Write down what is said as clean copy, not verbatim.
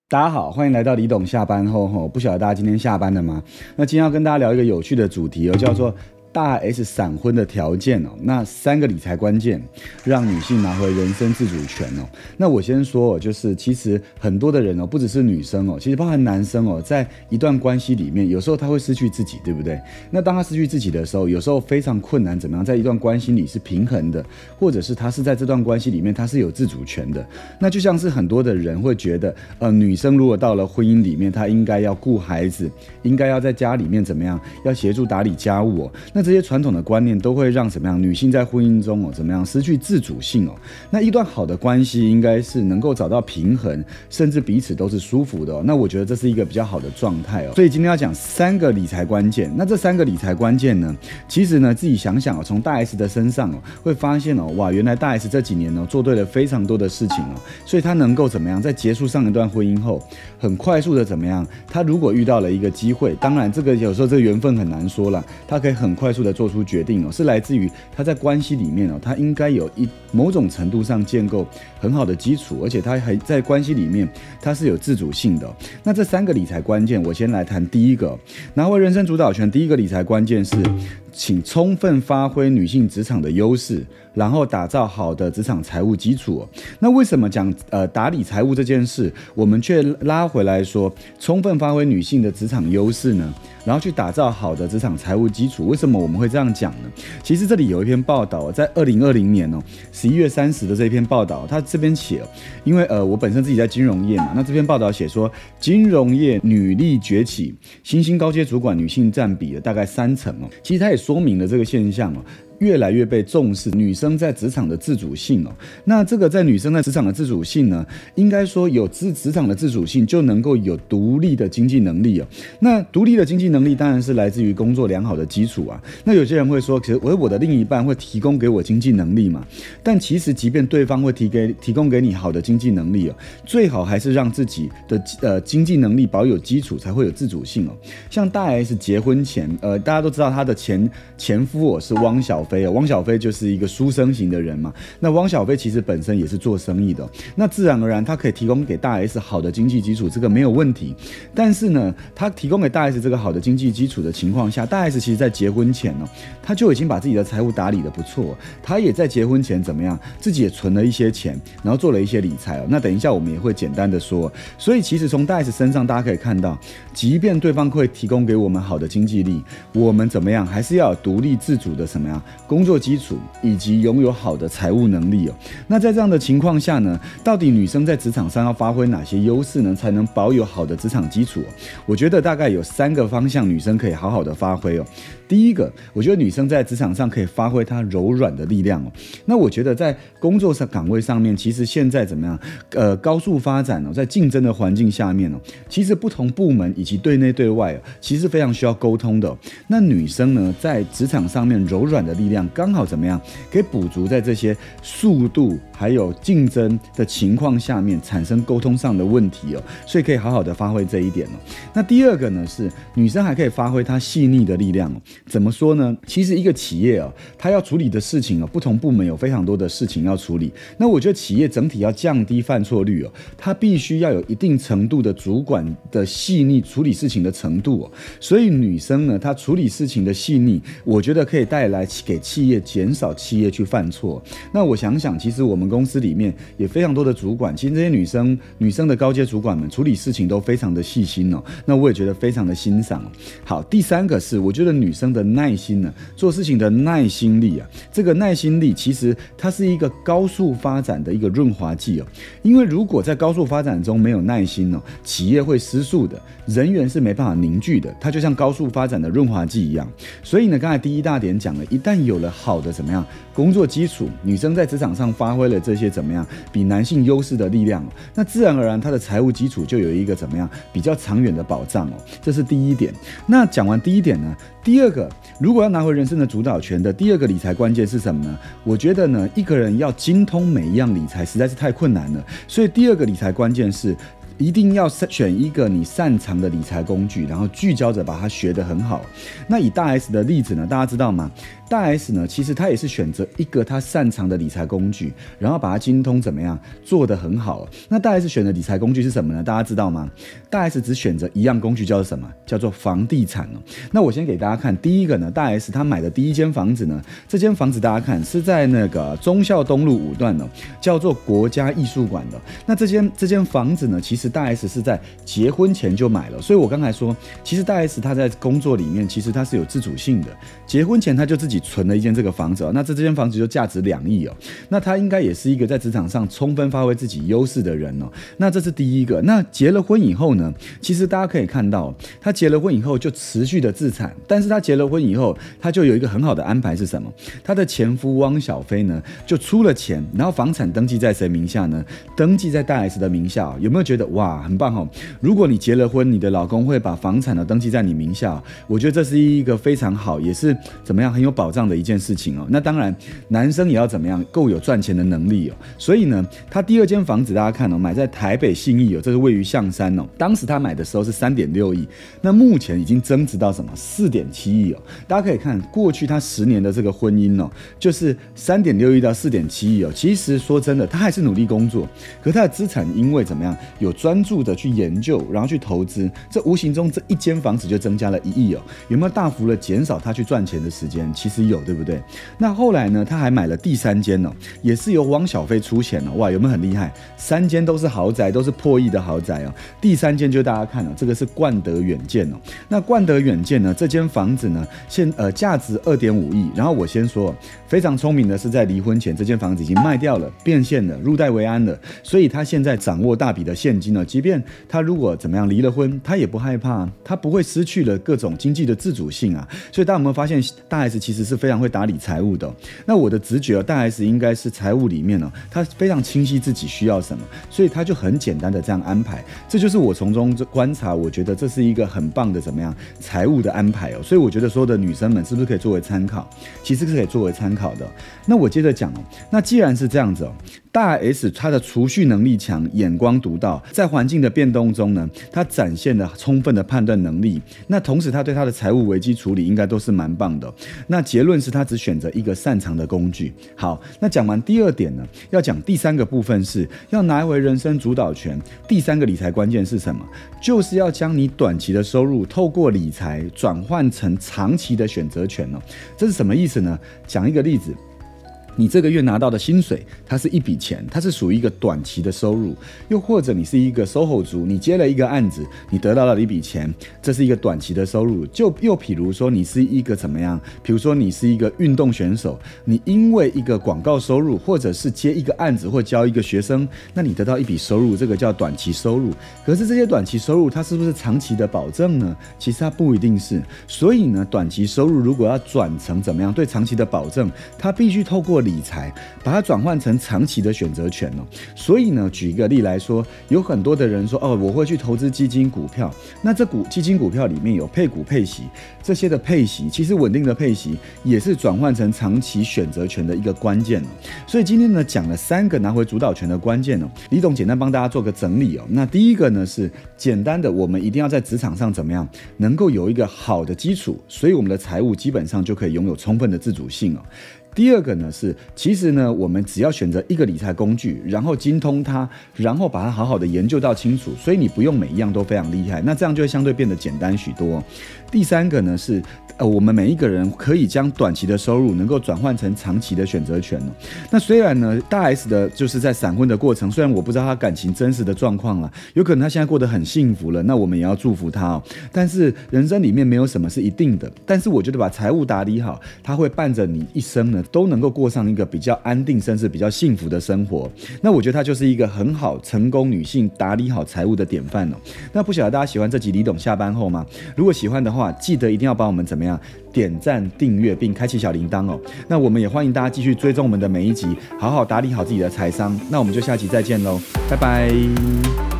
大家好，欢迎来到李董下班后。不晓得大家今天下班了吗？那今天要跟大家聊一个有趣的主题叫做大 S 闪婚的条件那3个理财关键，让女性拿回人生自主权那我先说就是其实很多的人不只是女生其实包含男生在一段关系里面，有时候他会失去自己，对不对？那当他失去自己的时候，有时候非常困难，怎么样在一段关系里是平衡的，或者是他是在这段关系里面他是有自主权的。那就像是很多的人会觉得女生如果到了婚姻里面，她应该要顾孩子，应该要在家里面怎么样，要协助打理家务那这些传统的观念都会让怎么样女性在婚姻中怎么样失去自主性那一段好的关系应该是能够找到平衡，甚至彼此都是舒服的那我觉得这是一个比较好的状态所以今天要讲3个理财关键。那这3个理财关键呢，其实呢自己想想从大 S 的身上会发现哇，原来大 S 这几年做对了非常多的事情所以她能够怎么样在结束上一段婚姻后，很快速的怎么样，她如果遇到了一个机会，当然这个有时候这个缘分很难说了，她可以很快速的做出决定是来自于她在关系里面她应该有某种程度上建构很好的基础，而且她还在关系里面她是有自主性的那这3个理财关键，我先来谈第一个，拿回人生主导权。第一个理财关键是请充分发挥女性职场的优势，然后打造好的职场财务基础那为什么讲打理财务这件事，我们却拉回来说充分发挥女性的职场优势呢？然后去打造好的职场财务基础，为什么我们会这样讲呢？其实这里有一篇报道，在2020年11月30的这一篇报道，他这边写因为我本身自己在金融业嘛，那这篇报道写说金融业女力崛起，新兴高阶主管女性占比大概30%其实它也说明了这个现象越来越被重视女生在职场的自主性那这个在女生在职场的自主性呢，应该说有职场的自主性就能够有独立的经济能力那独立的经济能力当然是来自于工作良好的基础那有些人会说，其实我的另一半会提供给我经济能力嘛？但其实即便对方会提供给你好的经济能力最好还是让自己的经济能力保有基础，才会有自主性像大 S 结婚前大家都知道她的前夫是汪小菲汪小菲就是一个书生型的人嘛，那汪小菲其实本身也是做生意的那自然而然他可以提供给大 S 好的经济基础，这个没有问题。但是呢，他提供给大 S 这个好的经济基础的情况下，大 S 其实在结婚前他就已经把自己的财务打理得不错，他也在结婚前怎么样，自己也存了一些钱，然后做了一些理财那等一下我们也会简单的说。所以其实从大 S 身上大家可以看到，即便对方会提供给我们好的经济力，我们怎么样还是要有独立自主的什么样工作基础，以及拥有好的财务能力那在这样的情况下呢，到底女生在职场上要发挥哪些优势呢，才能保有好的职场基础我觉得大概有3个方向女生可以好好的发挥第一个，我觉得女生在职场上可以发挥她柔软的力量那我觉得在工作岗位上面，其实现在怎么样高速发展在竞争的环境下面其实不同部门以及对内对外其实非常需要沟通的那女生呢在职场上面柔软的力量刚好怎么样可以补足在这些速度还有竞争的情况下面产生沟通上的问题所以可以好好的发挥这一点那第二个呢是女生还可以发挥她细腻的力量怎么说呢？其实一个企业她要处理的事情不同部门有非常多的事情要处理，那我觉得企业整体要降低犯错率它必须要有一定程度的主管的细腻处理事情的程度所以女生呢她处理事情的细腻，我觉得可以带来给企业减少企业去犯错那我想想，其实我们公司里面也非常多的主管，其实这些女生的高阶主管们处理事情都非常的细心那我也觉得非常的欣赏好，第3个是我觉得女生的耐心呢，做事情的耐心力这个耐心力其实它是一个高速发展的一个润滑剂因为如果在高速发展中没有耐心企业会失速的，人员是没办法凝聚的，它就像高速发展的润滑剂一样。所以呢，刚才第一大点讲了，一旦有了好的怎么样工作基础，女生在职场上发挥了这些怎么样比男性优势的力量那自然而然她的财务基础就有一个怎么样比较长远的保障这是第一点。那讲完第一点呢，第二个，如果要拿回人生的主导权的第二个理财关键是什么呢？我觉得呢，一个人要精通每一样理财实在是太困难了，所以第二个理财关键是一定要选一个你擅长的理财工具，然后聚焦着把它学得很好。那以大 S 的例子呢，大家知道吗？大 S 呢，其实他也是选择一个他擅长的理财工具，然后把它精通怎么样做得很好。那大 S 选的理财工具是什么呢？大家知道吗？大 S 只选择一样工具，叫做什么？叫做房地产哦。那我先给大家看第一个呢，大 S 他买的第一间房子呢，这间房子大家看是在那个忠孝东路5段哦，叫做国家艺术馆的。那这间房子呢，其实大 S 是在结婚前就买了，所以我刚才说，其实大 S 他在工作里面其实他是有自主性的，结婚前他就自己存了一间这个房子哦，那这间房子就价值2亿哦，那他应该也是一个在职场上充分发挥自己优势的人哦。那这是第一个。那结了婚以后呢，其实大家可以看到，他结了婚以后就持续的自产，但是他结了婚以后，他就有一个很好的安排是什么？他的前夫汪小菲呢，就出了钱，然后房产登记在谁名下呢？登记在大 S 的名下哦。有没有觉得哇，很棒哦？如果你结了婚，你的老公会把房产呢登记在你名下，我觉得这是一个非常好，也是怎么样很有保障的一件事情哦。那当然，男生也要怎么样够有赚钱的能力哦。所以呢，他第二间房子大家看哦，买在台北信义哦，这是位于象山哦。当时他买的时候是3.6亿，那目前已经增值到什么4.7亿哦。大家可以看过去他10年的这个婚姻哦，就是3.6亿到4.7亿哦。其实说真的，他还是努力工作，可他的资产因为怎么样有专注的去研究，然后去投资，这无形中这一间房子就增加了1亿哦。有没有大幅的减少他去赚钱的时间？其实有，对不对？那后来呢，他还买了第3间哦，也是由汪小菲出钱哦。哇，有没有很厉害？3间都是豪宅，都是破亿的豪宅哦。第3间就大家看哦，这个是冠德远见哦。那冠德远见呢，这间房子呢，价值2.5亿。然后我先说，非常聪明的是在离婚前，这间房子已经卖掉了，变现了，入袋为安了。所以他现在掌握大笔的现金了，即便他如果怎么样离了婚，他也不害怕，他不会失去了各种经济的自主性啊。所以大家有没有发现，大 S 其实是非常会打理财务的哦。那我的直觉大 S 应该是财务里面哦，他非常清晰自己需要什么，所以他就很简单的这样安排。这就是我从中观察，我觉得这是一个很棒的怎么样财务的安排哦。所以我觉得所有的女生们是不是可以作为参考？其实是可以作为参考的。那我接着讲哦，那既然是这样子哦，大 S 她的储蓄能力强，眼光独到，在环境的变动中呢，她展现了充分的判断能力。那同时，她对她的财务危机处理应该都是蛮棒的哦。那结论是她只选择一个擅长的工具。好，那讲完第2点呢，要讲第3个部分是要拿回人生主导权。第3个理财关键是什么？就是要将你短期的收入透过理财转换成长期的选择权哦。这是什么意思呢？讲一个例子。你这个月拿到的薪水，它是一笔钱，它是属于一个短期的收入；又或者你是一个 SOHO 族，你接了一个案子，你得到了一笔钱，这是一个短期的收入。又譬如说你是一个怎么样？比如说你是一个运动选手，你因为一个广告收入，或者是接一个案子或教一个学生，那你得到一笔收入，这个叫短期收入。可是这些短期收入，它是不是长期的保证呢？其实它不一定是。所以呢，短期收入如果要转成怎么样对长期的保证，它必须透过理财把它转换成长期的选择权哦。所以呢，举一个例来说，有很多的人说哦，我会去投资基金股票，那这基金股票里面有配股配息，这些的配息其实稳定的配息也是转换成长期选择权的一个关键哦。所以今天呢讲了3个拿回主导权的关键哦，李董简单帮大家做个整理哦。那第一个呢是简单的，我们一定要在职场上怎么样能够有一个好的基础，所以我们的财务基本上就可以拥有充分的自主性哦。第2个呢是，其实呢，我们只要选择一个理财工具，然后精通它，然后把它好好的研究到清楚，所以你不用每一样都非常厉害，那这样就会相对变得简单许多。第3个呢是，我们每一个人可以将短期的收入能够转换成长期的选择权哦。那虽然呢，大 S 的就是在闪婚的过程，虽然我不知道她感情真实的状况了，有可能她现在过得很幸福了，那我们也要祝福她哦。但是人生里面没有什么是一定的，但是我觉得把财务打理好，它会伴着你一生呢都能够过上一个比较安定甚至比较幸福的生活。那我觉得她就是一个很好成功女性打理好财务的典范哦。那不晓得大家喜欢这集李董下班后吗？如果喜欢的话，记得一定要帮我们怎么样点赞订阅并开启小铃铛哦。那我们也欢迎大家继续追踪我们的每一集，好好打理好自己的财商。那我们就下集再见喽，拜拜。